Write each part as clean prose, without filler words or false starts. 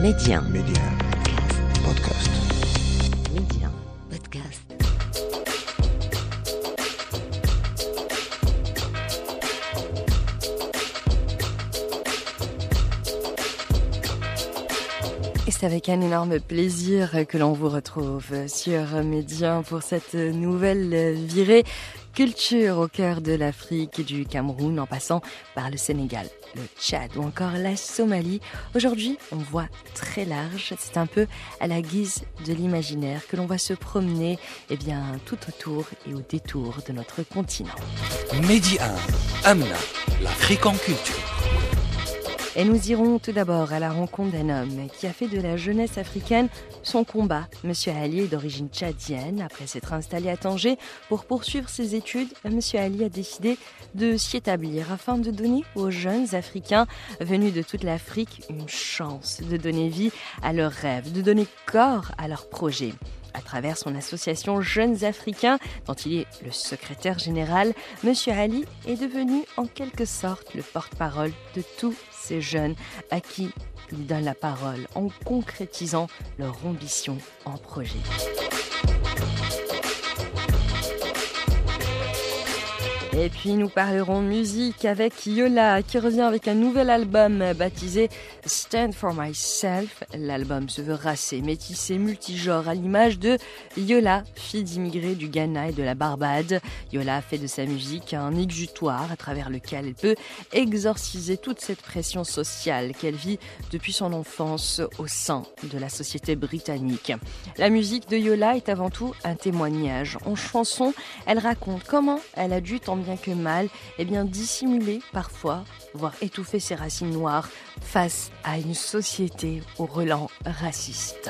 Média Podcast. Média Podcast. Et c'est avec un énorme plaisir que l'on vous retrouve sur Média pour cette nouvelle virée culture au cœur de l'Afrique, du Cameroun en passant par le Sénégal, le Tchad ou encore la Somalie. Aujourd'hui, on voit très large, c'est un peu à la guise de l'imaginaire que l'on va se promener tout autour et au détour de notre continent. Midi 1, Amna, l'Afrique en culture. Et nous irons tout d'abord à la rencontre d'un homme qui a fait de la jeunesse africaine son combat. Monsieur Ali est d'origine tchadienne. Après s'être installé à Tanger pour poursuivre ses études, Monsieur Ali a décidé de s'y établir afin de donner aux jeunes Africains venus de toute l'Afrique une chance de donner vie à leurs rêves, de donner corps à leurs projets. À travers son association Jeunes Africains, dont il est le secrétaire général, Monsieur Ali est devenu en quelque sorte le porte-parole de tous ces jeunes à qui il donne la parole en concrétisant leur ambition en projet. Et puis nous parlerons musique avec Yola qui revient avec un nouvel album baptisé Stand for Myself. L'album se veut racé, métissé, multigenre à l'image de Yola, fille d'immigrés du Ghana et de la Barbade. Yola fait de sa musique un exutoire à travers lequel elle peut exorciser toute cette pression sociale qu'elle vit depuis son enfance au sein de la société britannique. La musique de Yola est avant tout un témoignage. En chanson, elle raconte comment elle a dû tant bien que mal, dissimuler parfois, voire étouffer ses racines noires face à une société au relent raciste.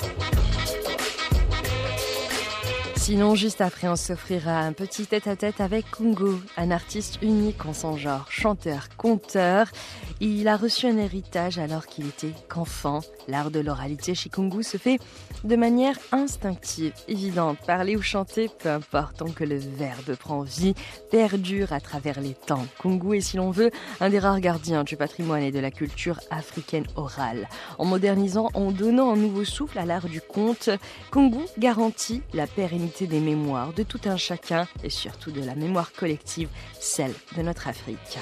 Sinon, juste après, on s'offrira un petit tête-à-tête avec Kungu, un artiste unique en son genre, chanteur, conteur. Il a reçu un héritage alors qu'il était qu'enfant. L'art de l'oralité chez Kungu se fait de manière instinctive, évidente. Parler ou chanter, peu importe, tant que le verbe prend vie, perdure à travers les temps. Kungu est, si l'on veut, un des rares gardiens du patrimoine et de la culture africaine orale. En modernisant, en donnant un nouveau souffle à l'art du conte, Kungu garantit la pérennité des mémoires de tout un chacun et surtout de la mémoire collective, celle de notre Afrique.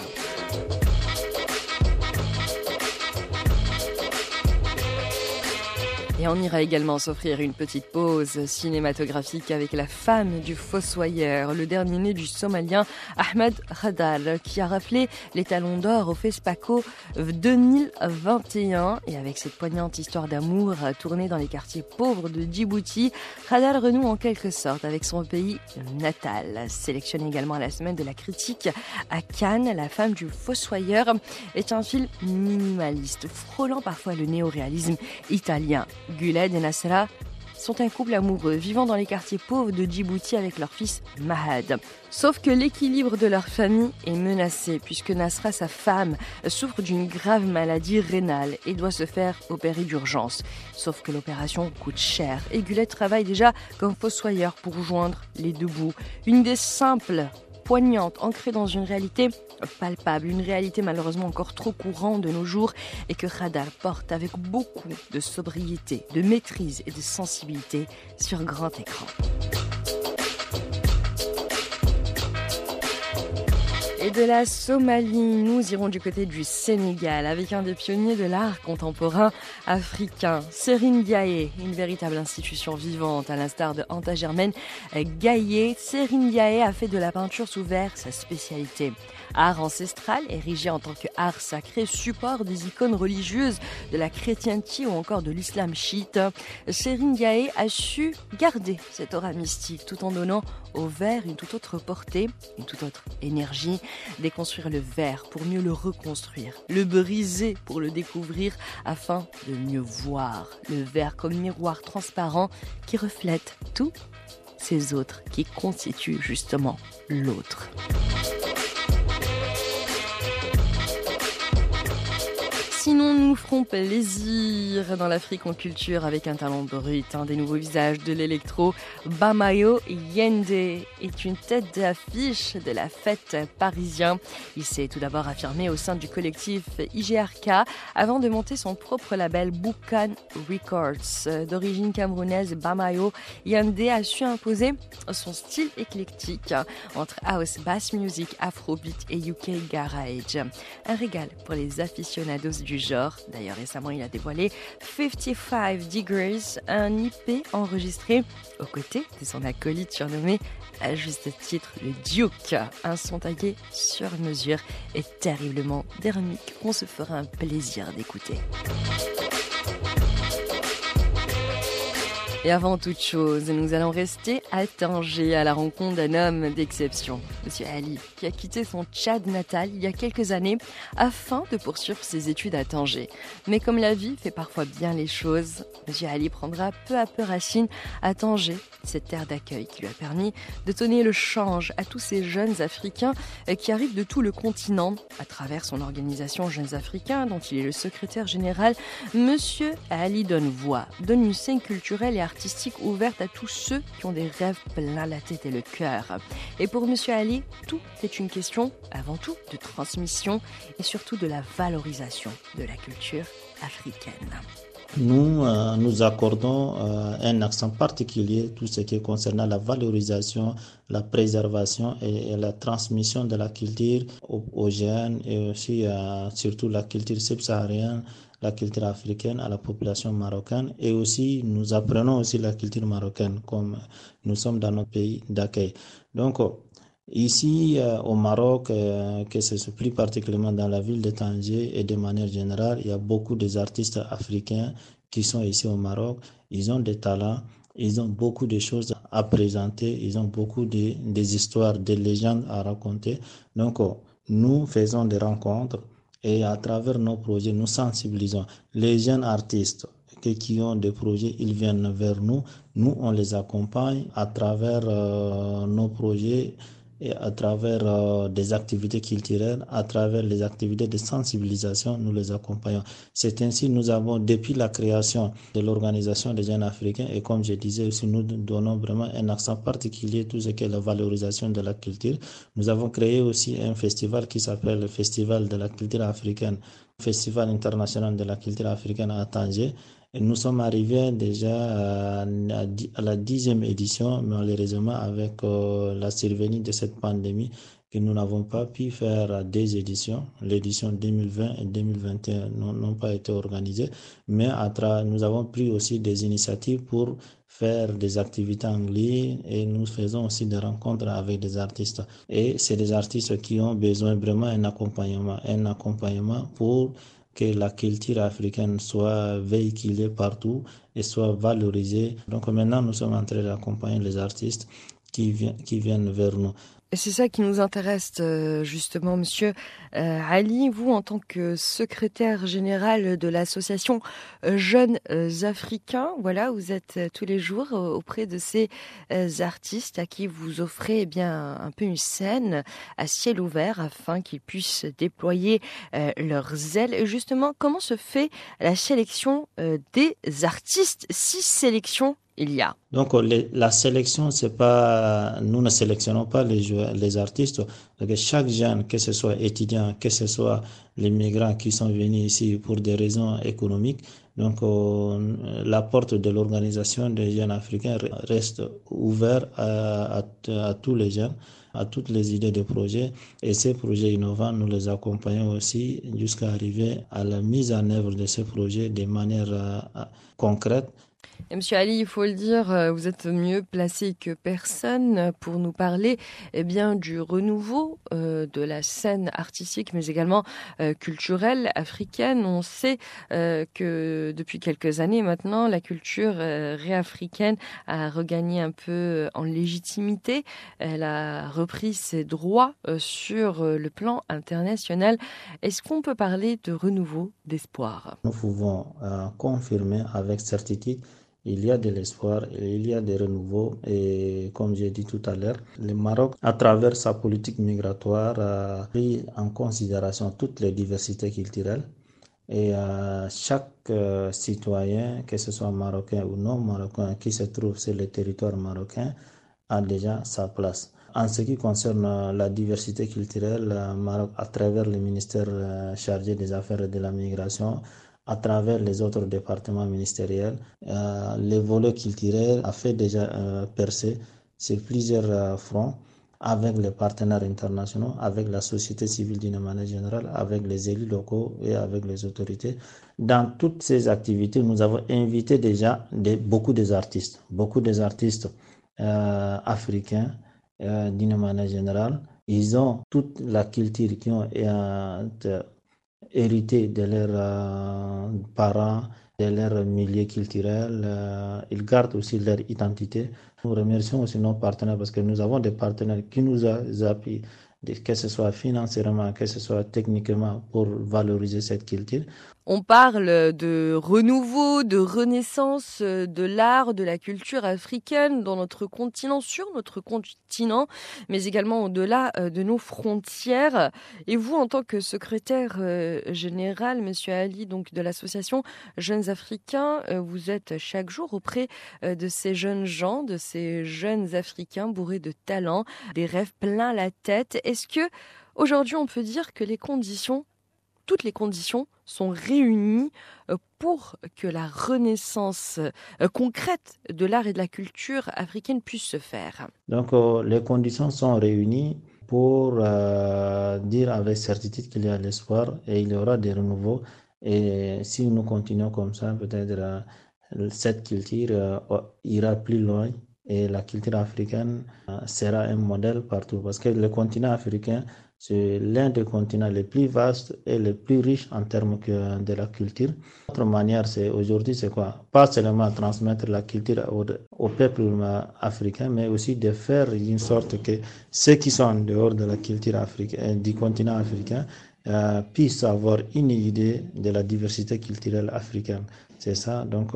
Et on ira également s'offrir une petite pause cinématographique avec La femme du fossoyeur, le dernier né du Somalien Ahmed Khadar, qui a rappelé les talons d'or au FESPACO 2021. Et avec cette poignante histoire d'amour tournée dans les quartiers pauvres de Djibouti, Khadar renoue en quelque sorte avec son pays natal. Sélectionné également à la semaine de la critique à Cannes, La femme du fossoyeur est un film minimaliste, frôlant parfois le néoréalisme italien. Guled et Nasra sont un couple amoureux vivant dans les quartiers pauvres de Djibouti avec leur fils Mahad. Sauf que l'équilibre de leur famille est menacé puisque Nasra, sa femme, souffre d'une grave maladie rénale et doit se faire opérer d'urgence. Sauf que l'opération coûte cher et Guled travaille déjà comme fossoyeur pour joindre les deux bouts. Une idée simple, poignante, ancrée dans une réalité palpable, une réalité malheureusement encore trop courante de nos jours et que Khadar porte avec beaucoup de sobriété, de maîtrise et de sensibilité sur grand écran. Et de la Somalie, nous irons du côté du Sénégal avec un des pionniers de l'art contemporain africain, Serigne Ndiaye, une véritable institution vivante à l'instar de Anta Germaine Gaye. Serigne Ndiaye a fait de la peinture sous verre sa spécialité. Art ancestral, érigé en tant qu'art sacré, support des icônes religieuses de la chrétienté ou encore de l'islam chiite, Serigne Ndiaye a su garder cette aura mystique tout en donnant au verre une toute autre portée, une toute autre énergie. Déconstruire le verre pour mieux le reconstruire, le briser pour le découvrir afin de mieux voir le verre comme miroir transparent qui reflète tous ces autres qui constituent justement l'autre. Sinon, nous nous ferons plaisir dans l'Afrique en culture avec un talent brut, des nouveaux visages de l'électro. Bamayo Yende est une tête d'affiche de la fête parisien. Il s'est tout d'abord affirmé au sein du collectif IGRK avant de monter son propre label Bukan Records. D'origine camerounaise, Bamayo Yende a su imposer son style éclectique entre house, bass music, afrobeat et UK garage. Un régal pour les aficionados du genre. D'ailleurs, récemment, il a dévoilé 55 Degrees, un IP enregistré aux côtés de son acolyte surnommé à juste titre le Duke. Un son tagué sur mesure et terriblement dynamique qu'on se fera un plaisir d'écouter. Et avant toute chose, nous allons rester à Tanger à la rencontre d'un homme d'exception, Monsieur Ali, qui a quitté son Tchad natal il y a quelques années afin de poursuivre ses études à Tanger. Mais comme la vie fait parfois bien les choses, Monsieur Ali prendra peu à peu racine à Tanger, cette terre d'accueil qui lui a permis de donner le change à tous ces jeunes Africains qui arrivent de tout le continent. À travers son organisation Jeunes Africains, dont il est le secrétaire général, Monsieur Ali donne voix, donne une scène culturelle et artistique ouverte à tous ceux qui ont des rêves plein la tête et le cœur. Et pour Monsieur Ali, tout est une question, avant tout, de transmission et surtout de la valorisation de la culture africaine. Nous accordons un accent particulier tout ce qui concerne la valorisation, la préservation et la transmission de la culture aux jeunes et aussi surtout la culture subsaharienne, la culture africaine à la population marocaine et aussi nous apprenons aussi la culture marocaine comme nous sommes dans notre pays d'accueil. Donc ici au Maroc, que c'est plus particulièrement dans la ville de Tanger et de manière générale, il y a beaucoup d'artistes africains qui sont ici au Maroc. Ils ont des talents, ils ont beaucoup de choses à présenter, ils ont beaucoup des histoires, des légendes à raconter. Donc nous faisons des rencontres et à travers nos projets, nous sensibilisons les jeunes artistes qui ont des projets, ils viennent vers nous. Nous, on les accompagne à travers nos projets et à travers des activités culturelles, à travers les activités de sensibilisation, nous les accompagnons. C'est ainsi nous avons, depuis la création de l'organisation des jeunes africains, et comme je disais aussi, nous donnons vraiment un accent particulier tout ce qui est la valorisation de la culture. Nous avons créé aussi un festival qui s'appelle le Festival de la culture africaine, Festival international de la culture africaine à Tanger. Et nous sommes arrivés déjà à la 10e édition, malheureusement avec la survenue de cette pandémie, que nous n'avons pas pu faire des éditions. L'édition 2020 et 2021 n'ont pas été organisées, mais nous avons pris aussi des initiatives pour faire des activités en ligne et nous faisons aussi des rencontres avec des artistes. Et c'est des artistes qui ont besoin vraiment d'un accompagnement pour que la culture africaine soit véhiculée partout et soit valorisée. Donc maintenant, nous sommes en train d'accompagner les artistes qui viennent vers nous. Et c'est ça qui nous intéresse justement, Monsieur Ali. Vous, en tant que secrétaire général de l'association Jeunes Africains, voilà, vous êtes tous les jours auprès de ces artistes à qui vous offrez un peu une scène à ciel ouvert afin qu'ils puissent déployer leurs ailes. Et justement, comment se fait la sélection des artistes, si sélection il y a? Donc la sélection, c'est pas, nous ne sélectionnons pas les artistes. Donc, chaque jeune, que ce soit étudiant, que ce soit les migrants qui sont venus ici pour des raisons économiques, donc la porte de l'organisation des jeunes africains reste ouverte à tous les jeunes, à toutes les idées de projets. Et ces projets innovants, nous les accompagnons aussi jusqu'à arriver à la mise en œuvre de ces projets de manière concrète. Et Monsieur Ali, il faut le dire, vous êtes mieux placé que personne pour nous parler du renouveau de la scène artistique, mais également culturelle africaine. On sait que depuis quelques années maintenant, la culture réafricaine a regagné un peu en légitimité. Elle a repris ses droits sur le plan international. Est-ce qu'on peut parler de renouveau, d'espoir? Nous pouvons confirmer avec certitude il y a de l'espoir, il y a des renouveaux et comme j'ai dit tout à l'heure, le Maroc, à travers sa politique migratoire, a pris en considération toutes les diversités culturelles Et chaque citoyen, que ce soit marocain ou non marocain, qui se trouve sur le territoire marocain, a déjà sa place. En ce qui concerne la diversité culturelle, Maroc, à travers le ministère chargé des Affaires et de la Migration, à travers les autres départements ministériels, le volet culturel a fait déjà percer sur plusieurs fronts avec les partenaires internationaux, avec la société civile d'une manière générale, avec les élus locaux et avec les autorités. Dans toutes ces activités, nous avons invité déjà beaucoup d'artistes africains d'une manière générale. Ils ont toute la culture qui ont hérité de leurs parents, de leur milieu culturel. Ils gardent aussi leur identité. Nous remercions aussi nos partenaires parce que nous avons des partenaires qui nous appuient, que ce soit financièrement, que ce soit techniquement, pour valoriser cette culture. On parle de renouveau, de renaissance de l'art, de la culture africaine dans notre continent, sur notre continent, mais également au-delà de nos frontières. Et vous, en tant que secrétaire général, Monsieur Ali, donc de l'association Jeunes Africains, vous êtes chaque jour auprès de ces jeunes gens, de ces jeunes Africains bourrés de talent, des rêves plein la tête. Est-ce que aujourd'hui on peut dire que toutes les conditions sont réunies pour que la renaissance concrète de l'art et de la culture africaine puisse se faire? Donc, les conditions sont réunies pour dire avec certitude qu'il y a l'espoir et il y aura des renouveaux. Et si nous continuons comme ça, peut-être cette culture ira plus loin et la culture africaine sera un modèle partout. Parce que le continent africain, c'est l'un des continents les plus vastes et les plus riches en termes de la culture. Notre manière, aujourd'hui, c'est quoi? Pas seulement transmettre la culture au peuple africain, mais aussi de faire une sorte que ceux qui sont en dehors de la culture africaine, du continent africain, puissent avoir une idée de la diversité culturelle africaine. C'est ça. Donc,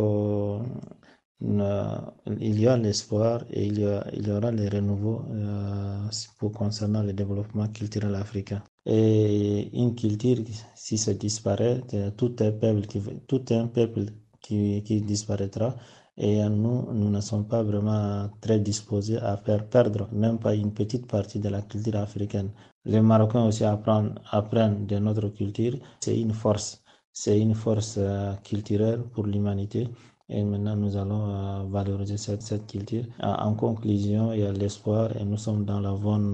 il y a l'espoir et il y aura les renouveaux concernant le développement culturel africain. Et une culture, si ça disparaît, tout un peuple qui disparaîtra. Et nous ne sommes pas vraiment très disposés à faire perdre même pas une petite partie de la culture africaine. Les Marocains aussi apprennent de notre culture. C'est une force culturelle pour l'humanité. Et maintenant, nous allons valoriser cette culture. En conclusion, il y a l'espoir et nous sommes dans la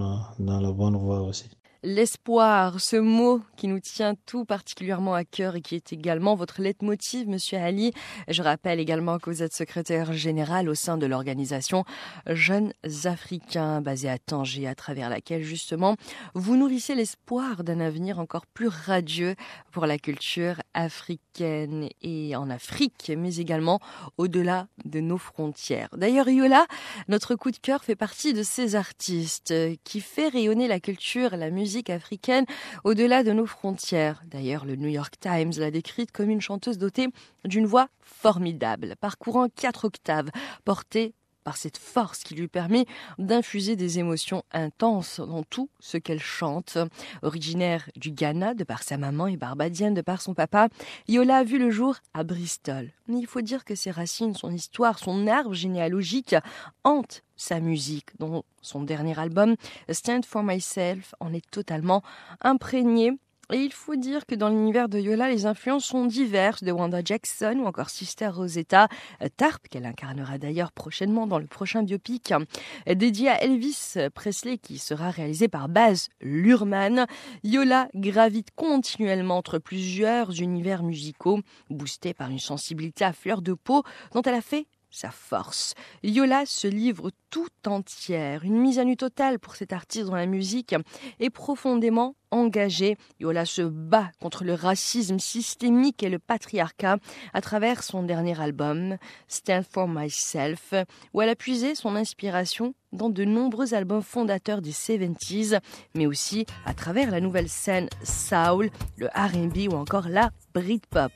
bonne voie aussi. L'espoir, ce mot qui nous tient tout particulièrement à cœur et qui est également votre leitmotiv, Monsieur Ali. Je rappelle également que vous êtes secrétaire général au sein de l'organisation Jeunes Africains, basée à Tanger, à travers laquelle justement vous nourrissez l'espoir d'un avenir encore plus radieux pour la culture africaine et en Afrique, mais également au-delà de nos frontières. D'ailleurs, Yola, notre coup de cœur, fait partie de ces artistes qui fait rayonner la culture, la musique africaine au-delà de nos frontières. D'ailleurs, le New York Times l'a décrite comme une chanteuse dotée d'une voix formidable, parcourant 4 octaves, portée par cette force qui lui permet d'infuser des émotions intenses dans tout ce qu'elle chante. Originaire du Ghana de par sa maman et barbadienne de par son papa, Yola a vu le jour à Bristol. Mais il faut dire que ses racines, son histoire, son arbre généalogique hantent sa musique, dont son dernier album, Stand for Myself, en est totalement imprégné. Et il faut dire que dans l'univers de Yola, les influences sont diverses, de Wanda Jackson ou encore Sister Rosetta Tharpe, qu'elle incarnera d'ailleurs prochainement dans le prochain biopic dédié à Elvis Presley, qui sera réalisé par Baz Luhrmann. Yola gravite continuellement entre plusieurs univers musicaux, boostés par une sensibilité à fleur de peau dont elle a fait sa force. Yola se livre tout entière, une mise à nu totale pour cet artiste dont la musique est profondément engagée. Yola se bat contre le racisme systémique et le patriarcat à travers son dernier album, Stand for Myself, où elle a puisé son inspiration dans de nombreux albums fondateurs des 70s, mais aussi à travers la nouvelle scène soul, le R&B ou encore la Britpop.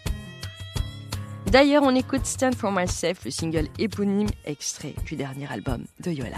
D'ailleurs, on écoute Stand for Myself, le single éponyme extrait du dernier album de Yola.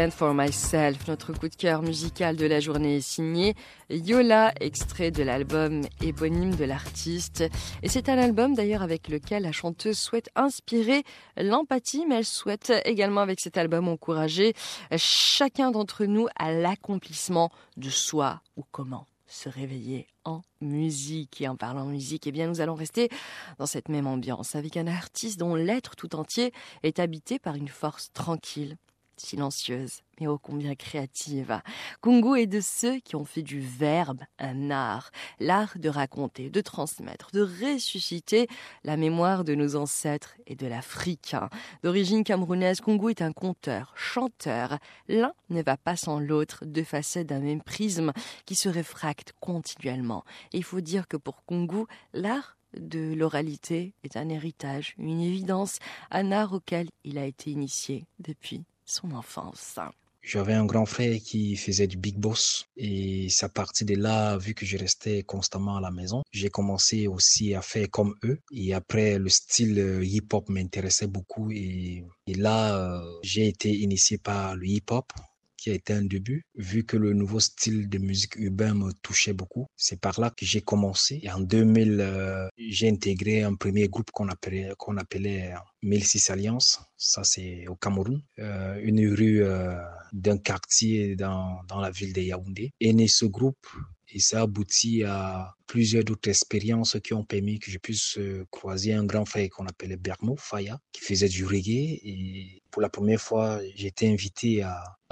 Stand for Myself, notre coup de cœur musical de la journée est signé Yola, extrait de l'album éponyme de l'artiste. Et c'est un album d'ailleurs avec lequel la chanteuse souhaite inspirer l'empathie, mais elle souhaite également avec cet album encourager chacun d'entre nous à l'accomplissement de soi ou comment se réveiller en musique. Et en parlant musique, eh bien, nous allons rester dans cette même ambiance avec un artiste dont l'être tout entier est habité par une force tranquille, silencieuse, mais ô combien créative. Kungu est de ceux qui ont fait du verbe un art, l'art de raconter, de transmettre, de ressusciter la mémoire de nos ancêtres et de l'Afrique. D'origine camerounaise, Kungu est un conteur, chanteur. L'un ne va pas sans l'autre, deux facettes d'un même prisme qui se réfractent continuellement. Et il faut dire que pour Kungu, l'art de l'oralité est un héritage, une évidence, un art auquel il a été initié depuis son enfance. J'avais un grand frère qui faisait du big boss et c'est à partir de là, vu que je restais constamment à la maison, j'ai commencé aussi à faire comme eux. Et après, le style hip-hop m'intéressait beaucoup et là, j'ai été initié par le hip-hop qui a été un début, vu que le nouveau style de musique urbain me touchait beaucoup. C'est par là que j'ai commencé. Et en 2000, j'ai intégré un premier groupe qu'on appelait 1006 Alliance. Ça, c'est au Cameroun. Une rue d'un quartier dans la ville de Yaoundé. Et né ce groupe, et ça a abouti à plusieurs d'autres expériences qui ont permis que je puisse croiser un grand frère qu'on appelait Berno Faya, qui faisait du reggae. Et pour la première fois, j'ai été invité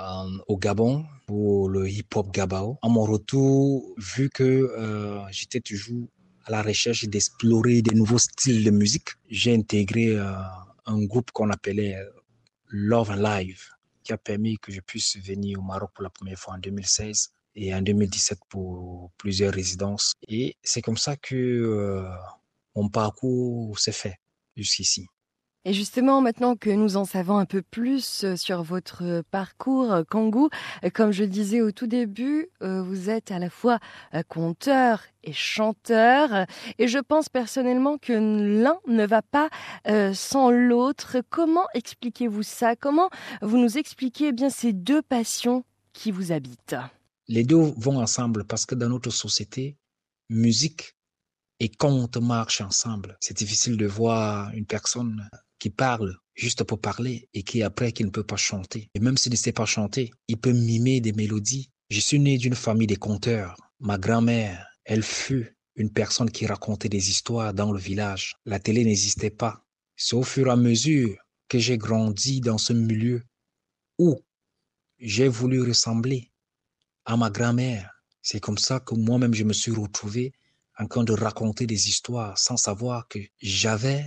au Gabon pour le hip-hop Gabao. À mon retour, vu que j'étais toujours à la recherche d'explorer de nouveaux styles de musique, j'ai intégré un groupe qu'on appelait Love and Live, qui a permis que je puisse venir au Maroc pour la première fois en 2016 et en 2017 pour plusieurs résidences. Et c'est comme ça que mon parcours s'est fait jusqu'ici. Et justement, maintenant que nous en savons un peu plus sur votre parcours, Kungu, comme je le disais au tout début, vous êtes à la fois conteur et chanteur. Et je pense personnellement que l'un ne va pas sans l'autre. Comment expliquez-vous ça? Comment vous nous expliquez eh bien ces deux passions qui vous habitent? Les deux vont ensemble parce que dans notre société, musique et conte marchent ensemble. C'est difficile de voir une personne qui parle juste pour parler et qui après qui ne peut pas chanter. Et même s'il ne sait pas chanter, il peut mimer des mélodies. Je suis né d'une famille de conteurs. Ma grand-mère, elle fut une personne qui racontait des histoires dans le village. La télé n'existait pas. C'est au fur et à mesure que j'ai grandi dans ce milieu où j'ai voulu ressembler à ma grand-mère. C'est comme ça que moi-même je me suis retrouvé en train de raconter des histoires sans savoir que j'avais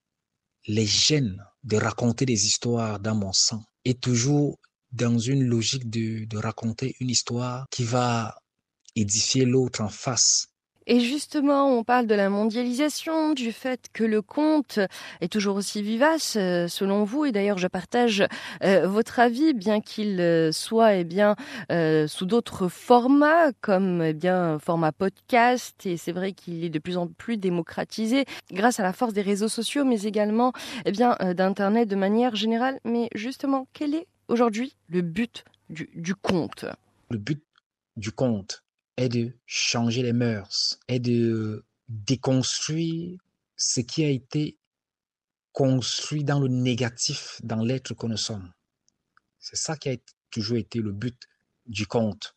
les gènes de raconter des histoires dans mon sang et toujours dans une logique de raconter une histoire qui va édifier l'autre en face. Et justement, on parle de la mondialisation, du fait que le conte est toujours aussi vivace, selon vous. Et d'ailleurs, je partage votre avis, bien qu'il soit sous d'autres formats, comme format podcast. Et c'est vrai qu'il est de plus en plus démocratisé grâce à la force des réseaux sociaux, mais également d'Internet de manière générale. Mais justement, quel est aujourd'hui le but du conte? Le but du conte est de changer les mœurs, est de déconstruire ce qui a été construit dans le négatif, dans l'être que nous sommes. C'est ça qui a toujours été le but du conte.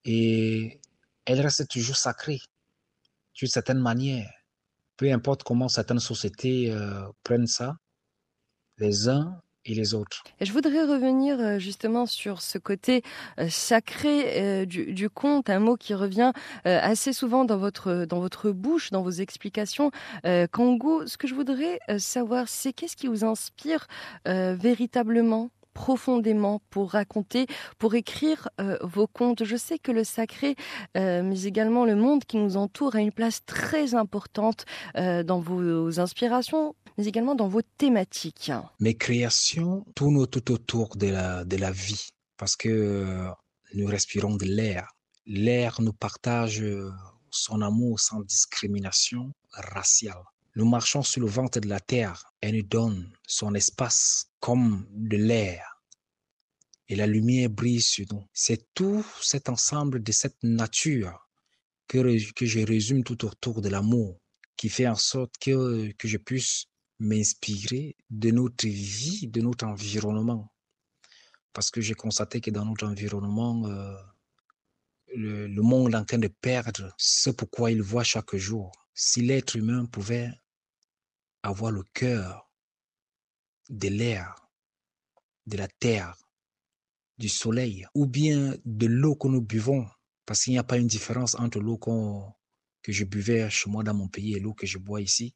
Et elle reste toujours sacrée, d'une certaine manière. Peu importe comment certaines sociétés prennent ça, les uns et les autres. Et je voudrais revenir justement sur ce côté sacré du conte, un mot qui revient assez souvent dans votre bouche, dans vos explications. Kungu, ce que je voudrais savoir, c'est qu'est-ce qui vous inspire véritablement, profondément, pour raconter, pour écrire vos contes. Je sais que le sacré, mais également le monde qui nous entoure, a une place très importante dans vos inspirations, mais également dans vos thématiques. Mes créations tournent tout autour de la vie, parce que nous respirons de l'air. L'air nous partage son amour sans discrimination raciale. Nous marchons sur le ventre de la terre et nous donne son espace comme de l'air. et la lumière brille sur nous. C'est tout cet ensemble de cette nature que je résume tout autour de l'amour, qui fait en sorte que je puisse m'inspirer de notre vie, de notre environnement. Parce que j'ai constaté que dans notre environnement, le monde est en train de perdre ce pourquoi il voit chaque jour. Si l'être humain pouvait avoir le cœur de l'air, de la terre, du soleil, ou bien de l'eau que nous buvons, parce qu'il n'y a pas une différence entre l'eau que je buvais chez moi dans mon pays et l'eau que je bois ici.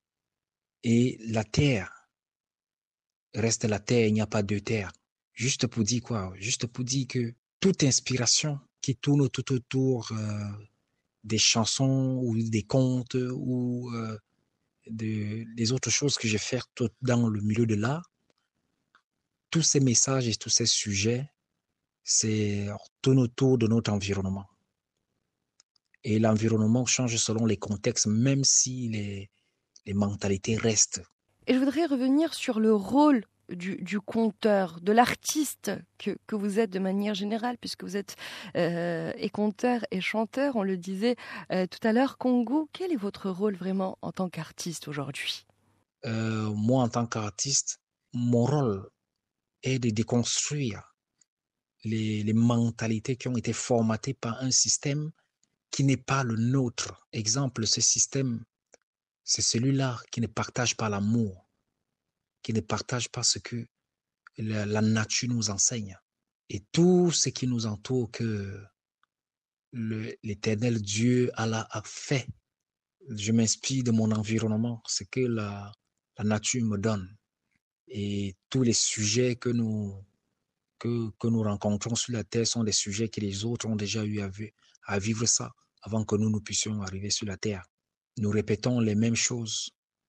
Et la terre reste la terre, il n'y a pas deux terres. Juste pour dire quoi? Juste pour dire que toute inspiration qui tourne tout autour des chansons ou des contes ou des autres choses que je fais dans le milieu de l'art, tous ces messages et tous ces sujets, c'est tourne autour de notre environnement. Et l'environnement change selon les contextes, même si les mentalités restent. Et je voudrais revenir sur le rôle du conteur, de l'artiste que vous êtes de manière générale, puisque vous êtes et conteur et chanteur, on le disait tout à l'heure. Congo, quel est votre rôle vraiment en tant qu'artiste aujourd'hui? Moi, en tant qu'artiste, mon rôle est de déconstruire les mentalités qui ont été formatées par un système qui n'est pas le nôtre. Exemple, ce système, c'est celui-là qui ne partage pas l'amour, qui ne partage pas ce que la nature nous enseigne. Et tout ce qui nous entoure que l'éternel Dieu Allah a fait. Je m'inspire de mon environnement, ce que la nature me donne. Et tous les sujets que nous rencontrons sur la terre sont des sujets que les autres ont déjà eu à vivre ça avant que nous puissions arriver sur la terre. Nous répétons les mêmes choses,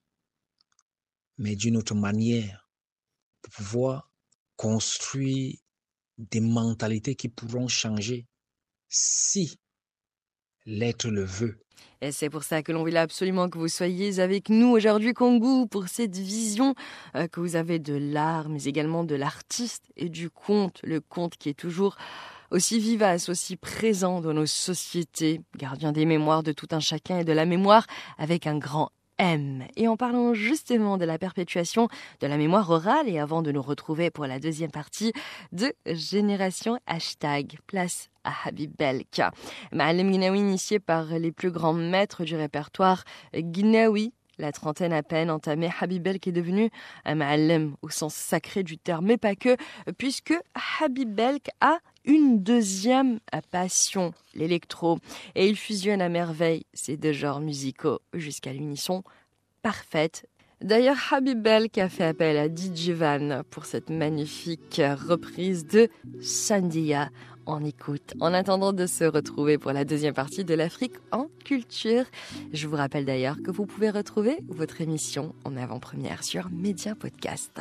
mais d'une autre manière, pour pouvoir construire des mentalités qui pourront changer si l'être le veut. Et c'est pour ça que l'on voulait absolument que vous soyez avec nous aujourd'hui, Kongou, pour cette vision que vous avez de l'art, mais également de l'artiste et du conte. Le conte qui est toujours aussi vivace, aussi présent dans nos sociétés, gardien des mémoires de tout un chacun et de la mémoire avec un grand M. Et en parlant justement de la perpétuation de la mémoire orale, et avant de nous retrouver pour la deuxième partie de Génération Hashtag, place à Habib Belk. Ma'alem Guinaoui, initié par les plus grands maîtres du répertoire guinaoui, la trentaine à peine entamée, Habib Belk est devenu un ma'alem au sens sacré du terme, mais pas que, puisque Habib Belk a une deuxième passion, l'électro, et il fusionne à merveille ces deux genres musicaux jusqu'à l'unisson parfaite. D'ailleurs, Habib Belk a fait appel à DJ Van pour cette magnifique reprise de Sandia. On écoute, en attendant de se retrouver pour la deuxième partie de l'Afrique en culture. Je vous rappelle d'ailleurs que vous pouvez retrouver votre émission en avant-première sur Média Podcast.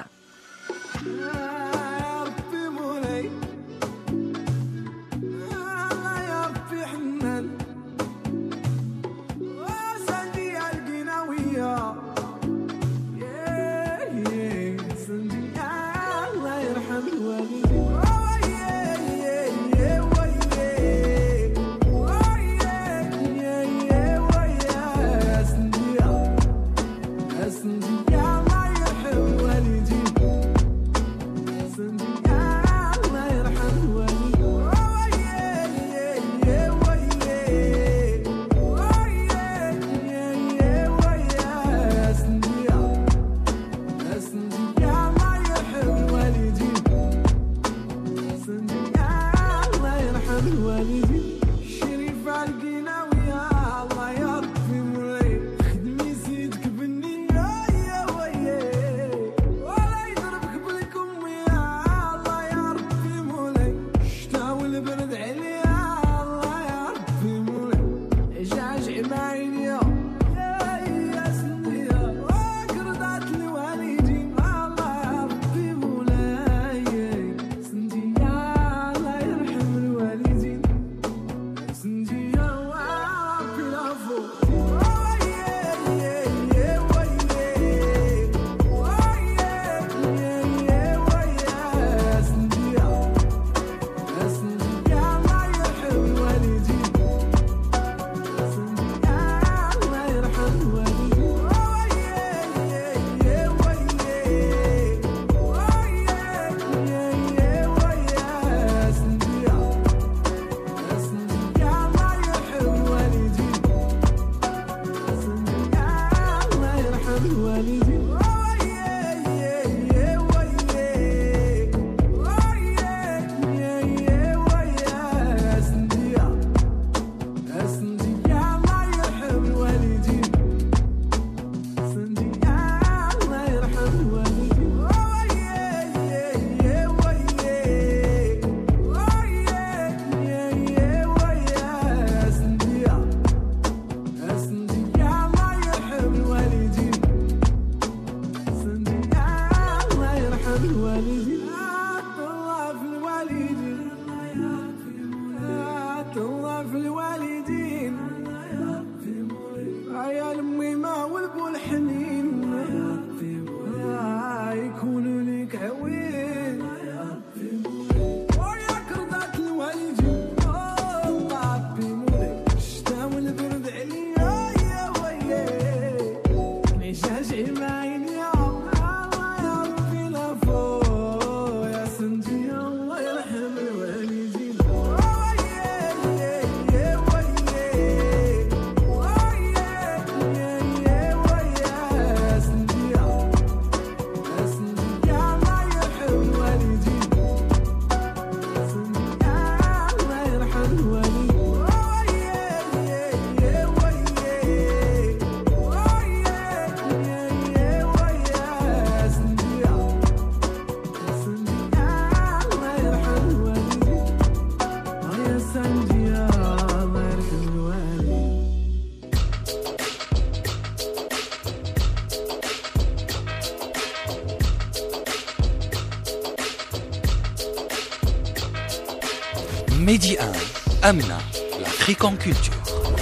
Midi 1, Amna, l'Afrique en culture.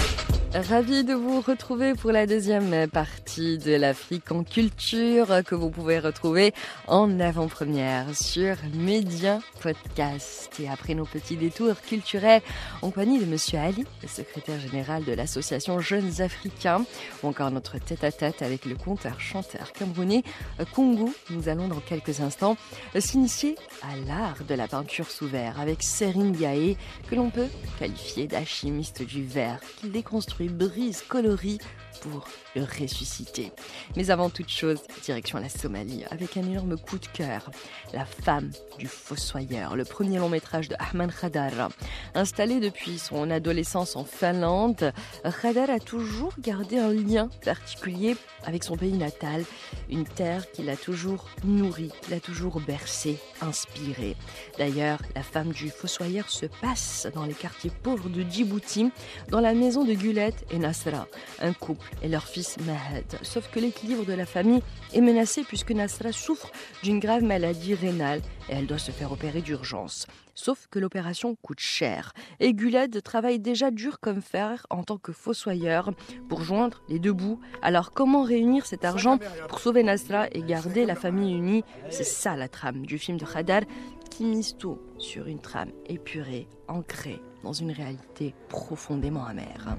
Ravi de vous retrouver pour la deuxième partie de l'Afrique en culture que vous pouvez retrouver en avant-première sur Média Podcast. Et après nos petits détours culturels en compagnie de Monsieur Ali, le secrétaire général de l'association Jeunes Africains, ou encore notre tête-à-tête avec le conteur-chanteur camerounais Kungu, nous allons dans quelques instants s'initier à l'art de la peinture sous verre avec Serine Yaé, que l'on peut qualifier d'alchimiste du verre, qu'il déconstruit, brise, colorie pour le ressusciter. Mais avant toute chose, direction la Somalie avec un énorme coup de cœur. La femme du fossoyeur, le premier long métrage de Ahmed Khadar. Installé depuis son adolescence en Finlande, Khadar a toujours gardé un lien particulier avec son pays natal, une terre qui l'a toujours nourri, qui l'a toujours bercé, inspiré. D'ailleurs, la femme du fossoyeur se passe dans les quartiers pauvres de Djibouti, dans la maison de Gulet et Nasra, un couple et leur fils Mahed. Sauf que l'équilibre de la famille est menacé puisque Nasra souffre d'une grave maladie rénale et elle doit se faire opérer d'urgence. Sauf que l'opération coûte cher et Guled travaille déjà dur comme fer en tant que fossoyeur pour joindre les deux bouts. Alors comment réunir cet argent pour sauver Nasra et garder la famille unie? C'est ça la trame du film de Khadar qui mise tout sur une trame épurée, ancrée dans une réalité profondément amère.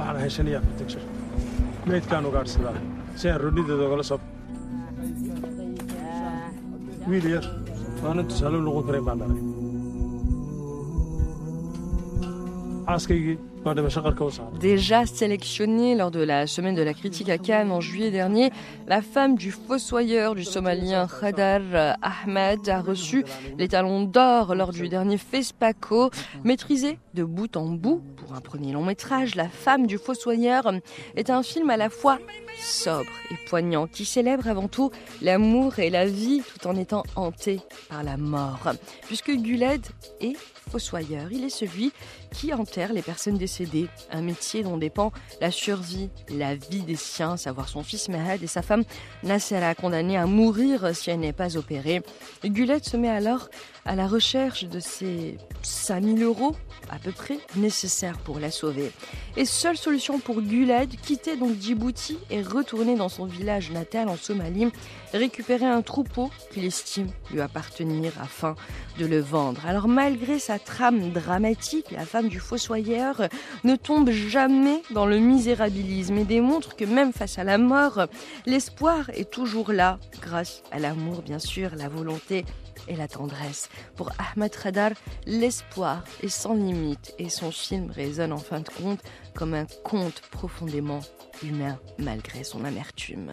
Déjà sélectionnée lors de la semaine de la critique à Cannes en juillet dernier, la femme du fossoyeur du Somalien Khadar Ahmed a reçu les talons d'or lors du dernier FESPACO. Maîtrisée de bout en bout pour un premier long métrage, La femme du fossoyeur est un film à la fois sobre et poignant qui célèbre avant tout l'amour et la vie tout en étant hanté par la mort. Puisque Guled est fossoyeur, il est celui qui enterre les personnes décédées, un métier dont dépend la survie, la vie des siens, savoir son fils Mahed et sa femme Nassera, condamnée à mourir si elle n'est pas opérée. Guled se met alors à la recherche de ces 5000 € à peu près nécessaires pour la sauver. Et seule solution pour Guled, quitter donc Djibouti et retourner dans son village natal en Somalie, récupérer un troupeau qu'il estime lui appartenir afin de le vendre. Alors malgré sa trame dramatique, la femme du fossoyeur ne tombe jamais dans le misérabilisme et démontre que même face à la mort, l'espoir est toujours là, grâce à l'amour bien sûr, la volonté et la tendresse. Pour Ahmed Khadar, l'espoir est sans limite et son film résonne en fin de compte comme un conte profondément humain malgré son amertume.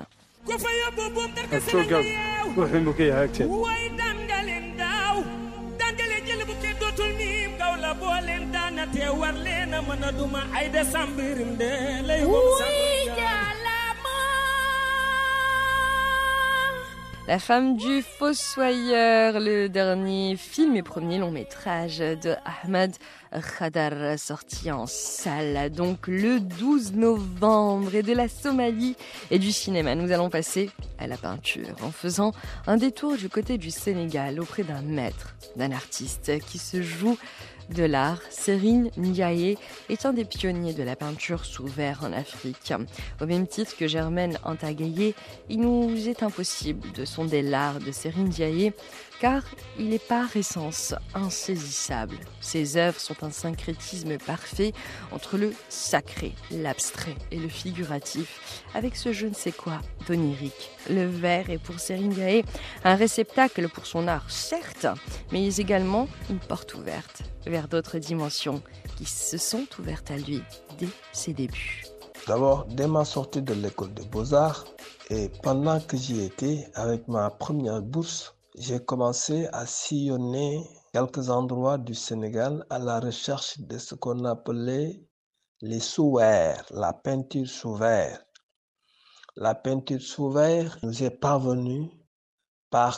La femme du fossoyeur, le dernier film et premier long métrage de Ahmed Khadar, sorti en salle donc le 12 novembre. Et de la Somalie et du cinéma, nous allons passer à la peinture en faisant un détour du côté du Sénégal auprès d'un maître, d'un artiste qui se joue de l'art. Serigne Ndiaye est un des pionniers de la peinture sous verre en Afrique. Au même titre que Germaine Antagaye, il nous est impossible de sonder l'art de Serigne Ndiaye car il est par essence insaisissable. Ses œuvres sont un syncrétisme parfait entre le sacré, l'abstrait et le figuratif, avec ce je ne sais quoi d'onirique. Le verre est pour Serigne Ndiaye un réceptacle pour son art, certes, mais également une porte ouverte vers d'autres dimensions qui se sont ouvertes à lui dès ses débuts. D'abord, dès ma sortie de l'école de Beaux-Arts et pendant que j'y étais, avec ma première bourse, j'ai commencé à sillonner quelques endroits du Sénégal à la recherche de ce qu'on appelait les sous-verres, la peinture sous verre. La peinture sous verre nous est parvenue par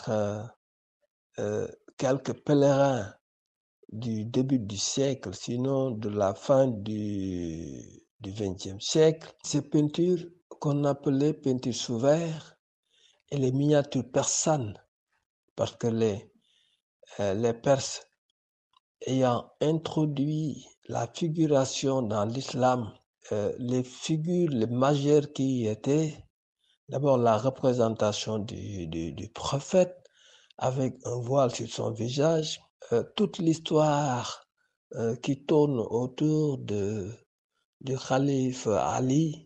quelques pèlerins du début du siècle, sinon de la fin du XXe siècle. Ces peintures qu'on appelait peintures sous verre et les miniatures persanes, parce que les Perses ayant introduit la figuration dans l'islam, les figures les majeures qui y étaient, d'abord la représentation du prophète avec un voile sur son visage, toute l'histoire qui tourne autour du khalife Ali,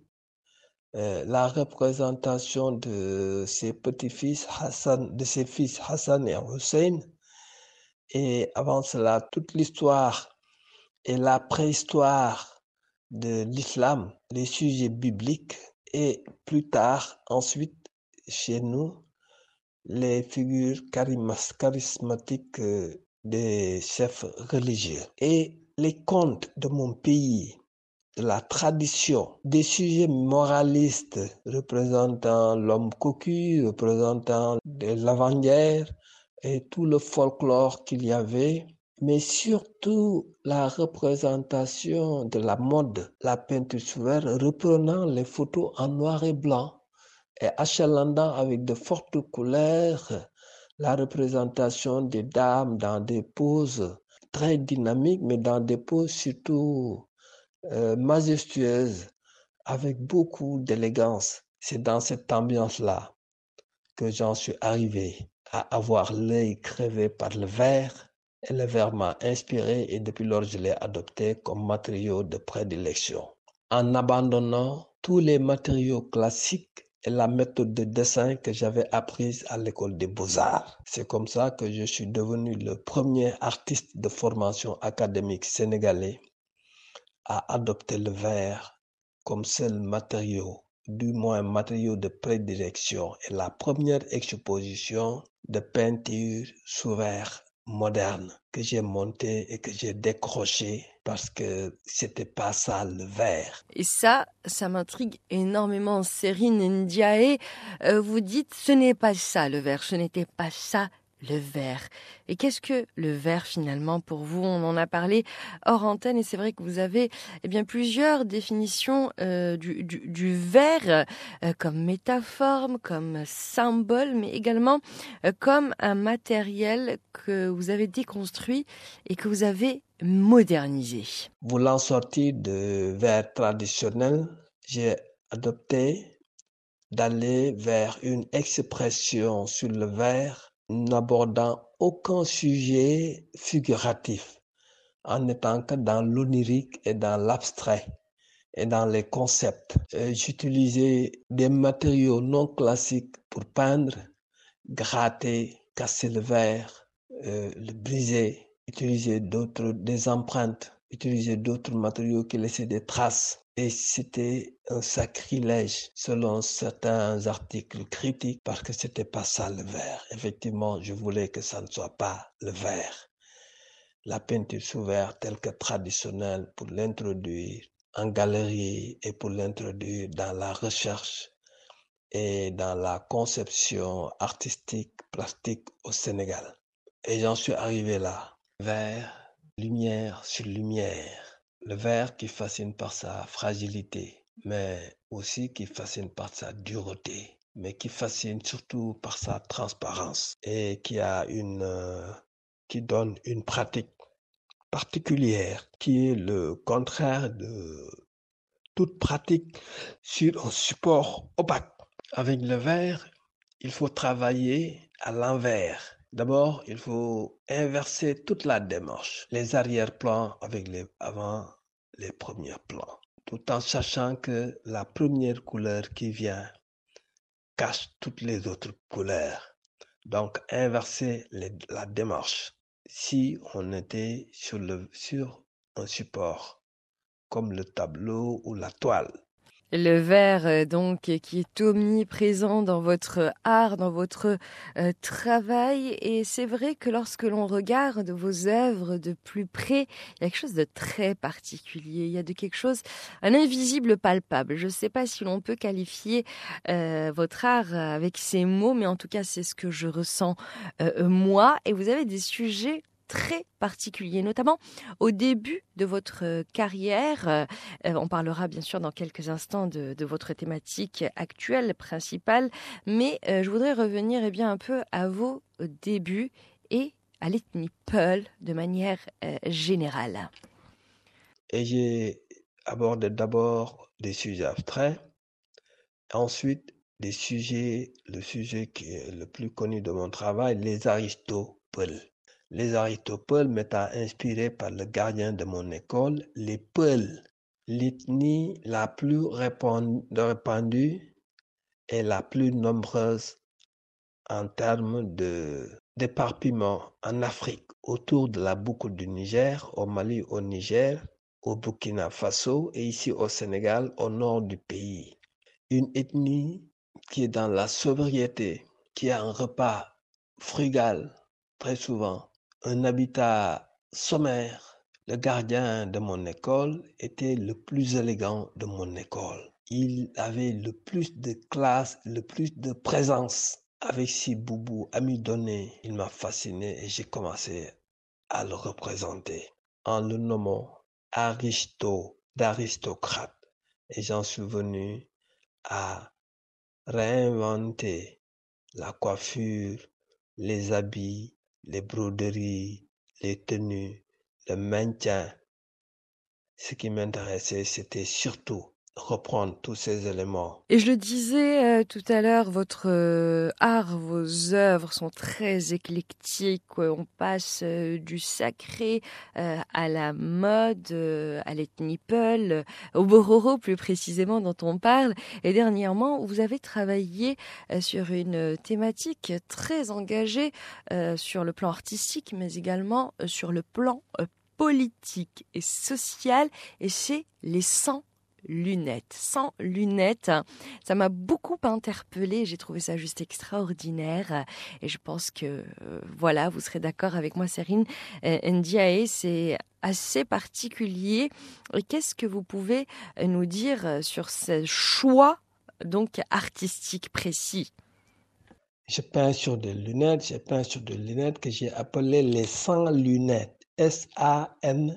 la représentation de ses petits-fils de ses fils Hassan et Hussein, et avant cela toute l'histoire et la préhistoire de l'islam, les sujets bibliques, et plus tard, ensuite, chez nous, les figures charismatiques des chefs religieux. Et les contes de mon pays, de la tradition, des sujets moralistes représentant l'homme cocu, représentant des lavandières et tout le folklore qu'il y avait, mais surtout la représentation de la mode, la peinture sous verre, reprenant les photos en noir et blanc et achalandant avec de fortes couleurs la représentation des dames dans des poses très dynamiques, mais dans des poses surtout majestueuse, avec beaucoup d'élégance. C'est dans cette ambiance-là que j'en suis arrivé à avoir l'œil crevé par le verre, et le verre m'a inspiré et depuis lors je l'ai adopté comme matériau de prédilection. En abandonnant tous les matériaux classiques et la méthode de dessin que j'avais apprise à l'école des Beaux-Arts. C'est comme ça que je suis devenu le premier artiste de formation académique sénégalais à adopter le verre comme seul matériau, du moins matériau de prédilection, et la première exposition de peinture sous verre moderne que j'ai montée et que j'ai décrochée parce que c'était pas ça le verre. Et ça m'intrigue énormément. Serigne Ndiaye, vous dites ce n'est pas ça le verre, ce n'était pas ça le verre. Et qu'est-ce que le verre finalement pour vous? On en a parlé hors antenne et c'est vrai que vous avez plusieurs définitions du verre comme métaphore, comme symbole, mais également comme un matériel que vous avez déconstruit et que vous avez modernisé. Voulant sortir de verre traditionnel, j'ai adopté d'aller vers une expression sur le verre n'abordant aucun sujet figuratif, en étant que dans l'onirique et dans l'abstrait et dans les concepts. J'utilisais des matériaux non classiques pour peindre, gratter, casser le verre, le briser, utiliser des empreintes utiliser d'autres matériaux qui laissaient des traces. Et c'était un sacrilège selon certains articles critiques parce que c'était pas ça le verre. Effectivement, je voulais que ça ne soit pas le verre. La peinture sous verre telle que traditionnelle pour l'introduire en galerie et pour l'introduire dans la recherche et dans la conception artistique, plastique au Sénégal. Et j'en suis arrivé là. Verre, lumière sur lumière. Le verre qui fascine par sa fragilité, mais aussi qui fascine par sa dureté, mais qui fascine surtout par sa transparence et qui donne une pratique particulière qui est le contraire de toute pratique sur un support opaque. Avec le verre, il faut travailler à l'envers. D'abord, il faut inverser toute la démarche, les arrière-plans avant les premiers plans, tout en sachant que la première couleur qui vient cache toutes les autres couleurs. Donc, inverser la démarche. Si on était sur un support comme le tableau ou la toile, Le verre, donc, qui est omniprésent dans votre art, dans votre travail. Et c'est vrai que lorsque l'on regarde vos œuvres de plus près, il y a quelque chose de très particulier. Il y a de quelque chose, un invisible palpable. Je ne sais pas si l'on peut qualifier votre art avec ces mots, mais en tout cas, c'est ce que je ressens moi. Et vous avez des sujets très particuliers, notamment au début de votre carrière. On parlera bien sûr dans quelques instants de votre thématique actuelle, principale, mais je voudrais revenir un peu à vos débuts et à l'ethnie Peul de manière générale. Et j'ai abordé d'abord des sujets abstraits, ensuite le sujet qui est le plus connu de mon travail, les Aristopeuls. Les Aristopeuls m'étant inspiré par le gardien de mon école, les Peuls, l'ethnie la plus répandue et la plus nombreuse en termes d'éparpillement en Afrique, autour de la boucle du Niger, au Mali, au Niger, au Burkina Faso et ici au Sénégal, au nord du pays. Une ethnie qui est dans la sobriété, qui a un repas frugal, très souvent, un habitat sommaire. Le gardien de mon école était le plus élégant de mon école. Il avait le plus de classe, le plus de présence. Avec ses boubous amidonnés, il m'a fasciné et j'ai commencé à le représenter en le nommant d'aristocrate. Et j'en suis venu à réinventer la coiffure, les habits, les broderies, les tenues, le maintien. Ce qui m'intéressait, c'était surtout reprendre tous ces éléments. Et je le disais tout à l'heure, votre art, vos œuvres sont très éclectiques. On passe du sacré à la mode, à l'ethnie Peul, au Bororo plus précisément dont on parle. Et dernièrement, vous avez travaillé sur une thématique très engagée sur le plan artistique, mais également sur le plan politique et social. Et c'est les 100 lunettes. 100 lunettes, ça m'a beaucoup interpellée, j'ai trouvé ça juste extraordinaire et je pense que voilà, vous serez d'accord avec moi, Serine Ndiaye, c'est assez particulier. Et qu'est-ce que vous pouvez nous dire sur ce choix donc artistique précis? Je peins sur des lunettes que j'ai appelées les 100 lunettes, S-A-N-S.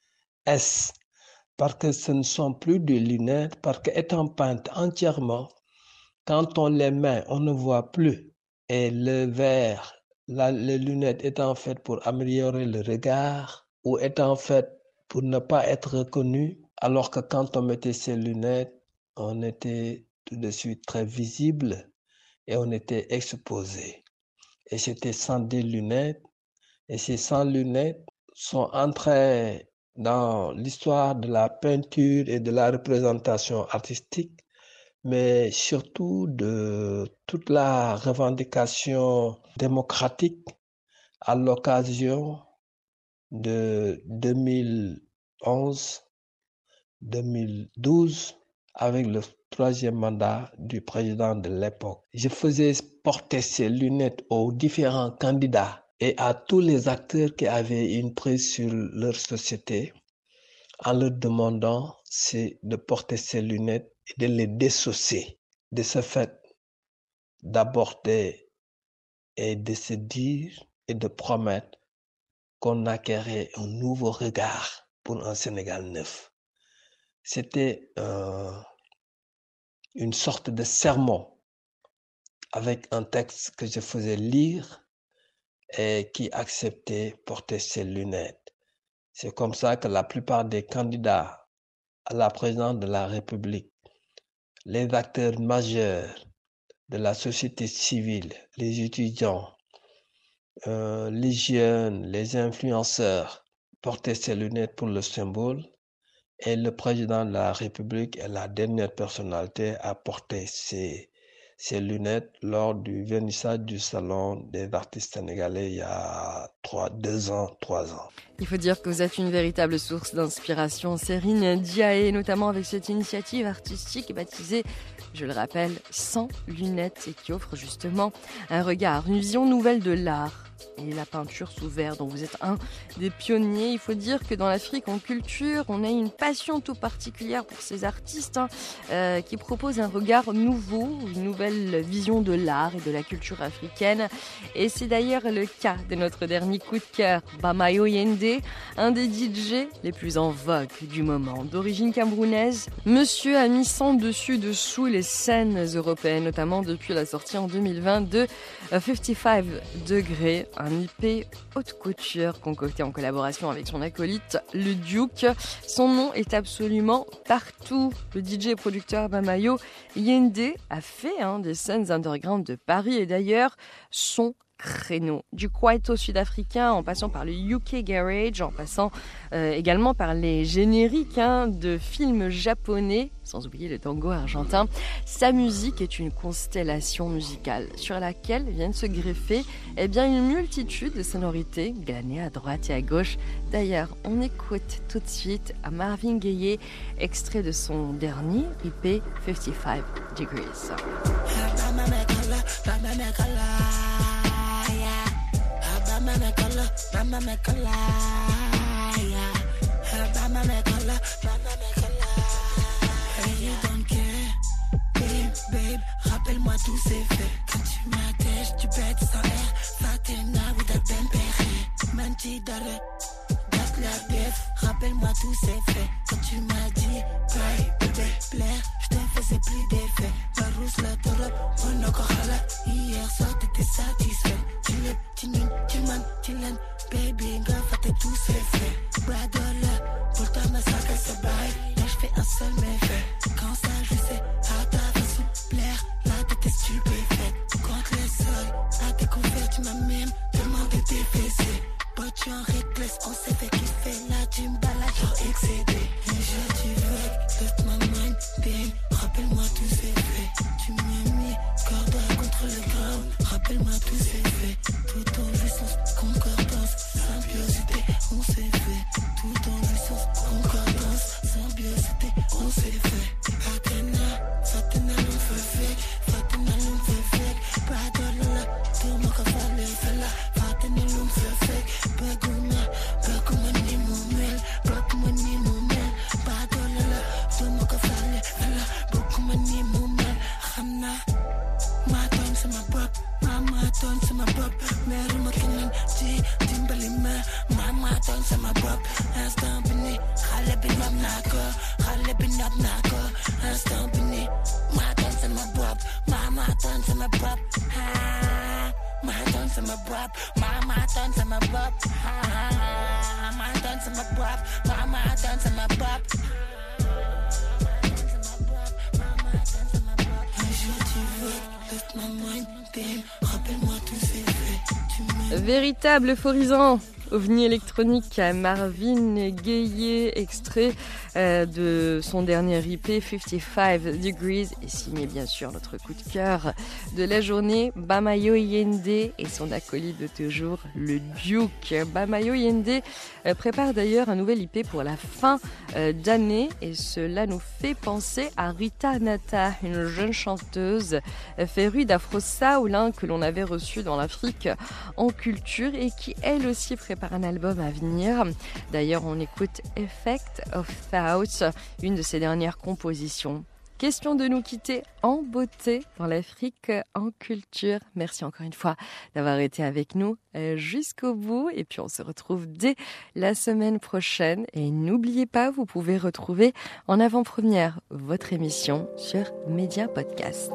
Parce que ce ne sont plus des lunettes, parce qu'étant peintes entièrement, quand on les met, on ne voit plus. Et le verre, les lunettes étant faites pour améliorer le regard ou étant faites pour ne pas être reconnu, alors que quand on mettait ces lunettes, on était tout de suite très visible et on était exposé. Et c'était sans des lunettes, et ces 100 lunettes sont entrées dans l'histoire de la peinture et de la représentation artistique, mais surtout de toute la revendication démocratique à l'occasion de 2000 2011, 2012, avec le troisième mandat du président de l'époque. Je faisais porter ces lunettes aux différents candidats et à tous les acteurs qui avaient une prise sur leur société en leur demandant de porter ces lunettes et de les dissocier de ce fait d'aborder et de se dire et de promettre qu'on acquérait un nouveau regard pour un Sénégal neuf. C'était une sorte de sermon avec un texte que je faisais lire et qui acceptait porter ses lunettes. C'est comme ça que la plupart des candidats à la présidence de la République, les acteurs majeurs de la société civile, les étudiants, les jeunes, les influenceurs portaient ces lunettes pour le symbole et le président de la République est la dernière personnalité à porter ces lunettes lors du vernissage du salon des artistes sénégalais il y a 3 ans. Il faut dire que vous êtes une véritable source d'inspiration, Serine Diaé, notamment avec cette initiative artistique baptisée, je le rappelle, Sans lunettes et qui offre justement un regard, une vision nouvelle de l'art et la peinture sous verre dont vous êtes un des pionniers. Il faut dire que dans l'Afrique en culture, on a une passion tout particulière pour ces artistes qui proposent un regard nouveau, une nouvelle vision de l'art et de la culture africaine. Et c'est d'ailleurs le cas de notre dernier coup de cœur, Bamayo Yende, un des DJ les plus en vogue du moment. D'origine camerounaise, monsieur a mis sans dessus dessous les scènes européennes, notamment depuis la sortie en 2020 de 55 degrés, un IP haute couture concocté en collaboration avec son acolyte, le Duke. Son nom est absolument partout. Le DJ et producteur Bamayo Yende a fait des scènes underground de Paris et d'ailleurs son créneau. Du kwaito sud-africain en passant par le UK Garage, en passant également par les génériques de films japonais, sans oublier le tango argentin. Sa musique est une constellation musicale sur laquelle viennent se greffer une multitude de sonorités glanées à droite et à gauche. D'ailleurs, on écoute tout de suite à Marvin Gaye, extrait de son dernier EP 55 Degrees. Babe, rappelle-moi tous ces faits. Quand tu m'attèches, tu bêtes sans air. Fatina ou ta tempéré. Menti d'arrêt, gâte la def. Rappelle-moi tous ces faits. Quand tu m'as dit, bye, bébé, plaire, je te faisais plus d'effet. Marousse la torob, on a corala. Hier soir, t'étais satisfait. Tu le, tu nul, tu man, tu l'aimes. Baby, gaffe, t'es tous ces faits. Bradola, pour ta massacre, c'est bye. Là, je fais un seul méfait. Quand ça, je sais, à ta façon plaire, là, t'étais stupéfaite. Contre les sols, à découvert, tu m'as même demandé tes fessées. But tu en reckless, on s'est fait kiffer. Là, tu me balades, genre excédé. Un jour, tu veux, left my mind, damn. Rappelle-moi tous ces faits. Tu m'as mis corde contre le ground. Rappelle-moi tous ces faits. Tout en jouissance, concordance, symbiosité, on s'est fait. Tout en jouissance, concordance, symbiosité, on s'est fait. Fatina, l'on fait fake. Fatina, l'on fait fake. Badolala, tout le monde fait les fella. Fatina, l'on fait fake. Baguma, ni moumel. Baguma, ni moumel. Badolala, tout le monde fait les fella. Baguma, ni moumel. Ramna, ma tonne, c'est ma pop. Mama tonne, c'est ma pop. Mary McKinnon, Timbali, Mama tonne, c'est ma pop. Instant béni, Khaled bin Abnako. Khaled bin Abnako. Instant béni, ma tonne, c'est ma pop. Mama tonne, c'est ma pop. Ma tonne, c'est ma pop. Mama tonne, c'est ma pop. Ma tonne, c'est ma pop. Mama tonne, c'est ma pop. Un jour tu veux, left my mind, damn. Rappelle-moi tous ces faits. Véritable euphorisant. OVNI électronique à Marvin Gaye, extrait de son dernier EP 55 Degrees, et signé bien sûr notre coup de cœur de la journée, Bamayo Yende et son acolyte de toujours, le Duke. Bamayo Yende prépare d'ailleurs un nouvel EP pour la fin d'année, et cela nous fait penser à Rita Nata, une jeune chanteuse férue d'afro-soul que l'on avait reçue dans l'Afrique en culture et qui elle aussi prépare un album à venir. D'ailleurs, on écoute Effect of Thoughts, une de ses dernières compositions. Question de nous quitter en beauté dans l'Afrique en culture. Merci encore une fois d'avoir été avec nous jusqu'au bout. Et puis on se retrouve dès la semaine prochaine. Et n'oubliez pas, vous pouvez retrouver en avant-première votre émission sur Média Podcast.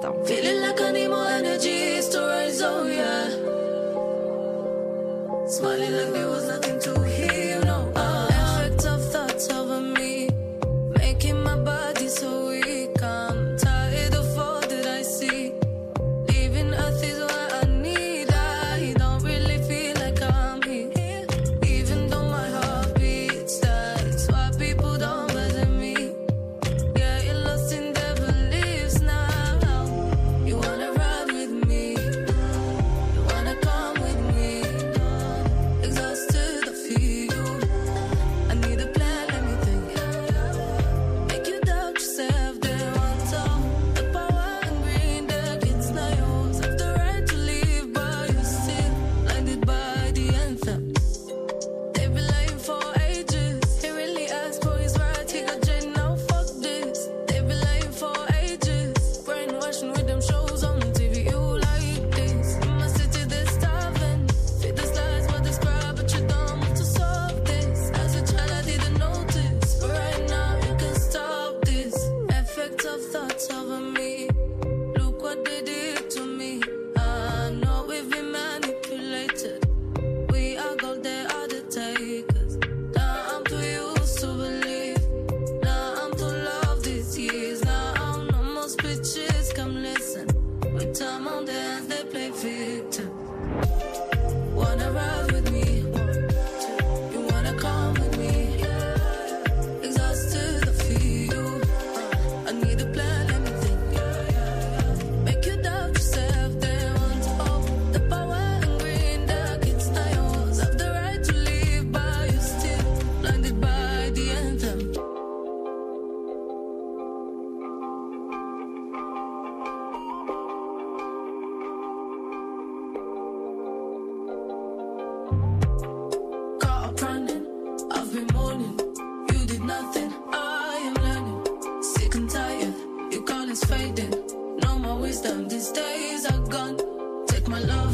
Smiling like there was nothing to hear, no. Effect of thoughts over me, making my body so weak. I'm tired of all that I see. Leaving Earth is what I need. I don't really feel like I'm here, even though my heart beats. That's why people don't bother me. Yeah, you're lost in their beliefs now. You wanna ride with me, you wanna come with me. Exhausted, I feel you. I need a plan, let me think. Make you doubt yourself, they want all the power and green. The kids now yours, have the right to live, but you're still blinded by the anthem. They've been lying for ages. He really asked for his right, he got jail now, fuck this. They've been lying for ages, brainwashing with them shows on TV. You like this, in my city they're starving. Feed the slides, but they scrub, but you don't want to solve this. As a child I didn't notice, but right now you can stop this. Effect of thoughts over me, look what they did to me. I know we've been manipulated. We are gold, they are the takers. Now I'm too used to believe. Now I'm too love these years. Now I'm no more speeches, come listen. With time on their hands, they play victim. Wanna ride with me, you wanna come with me. Exhausted, I feel you. I need a plan, let me think. Make you doubt yourself, they want all the power and green. The kids now yours, have the right to live, but you're still blinded by the anthem. Caught up running, I've been mourning. You did nothing, I am learning. Sick and tired, your call is fading. No more wisdom, these days are gone. Take my love.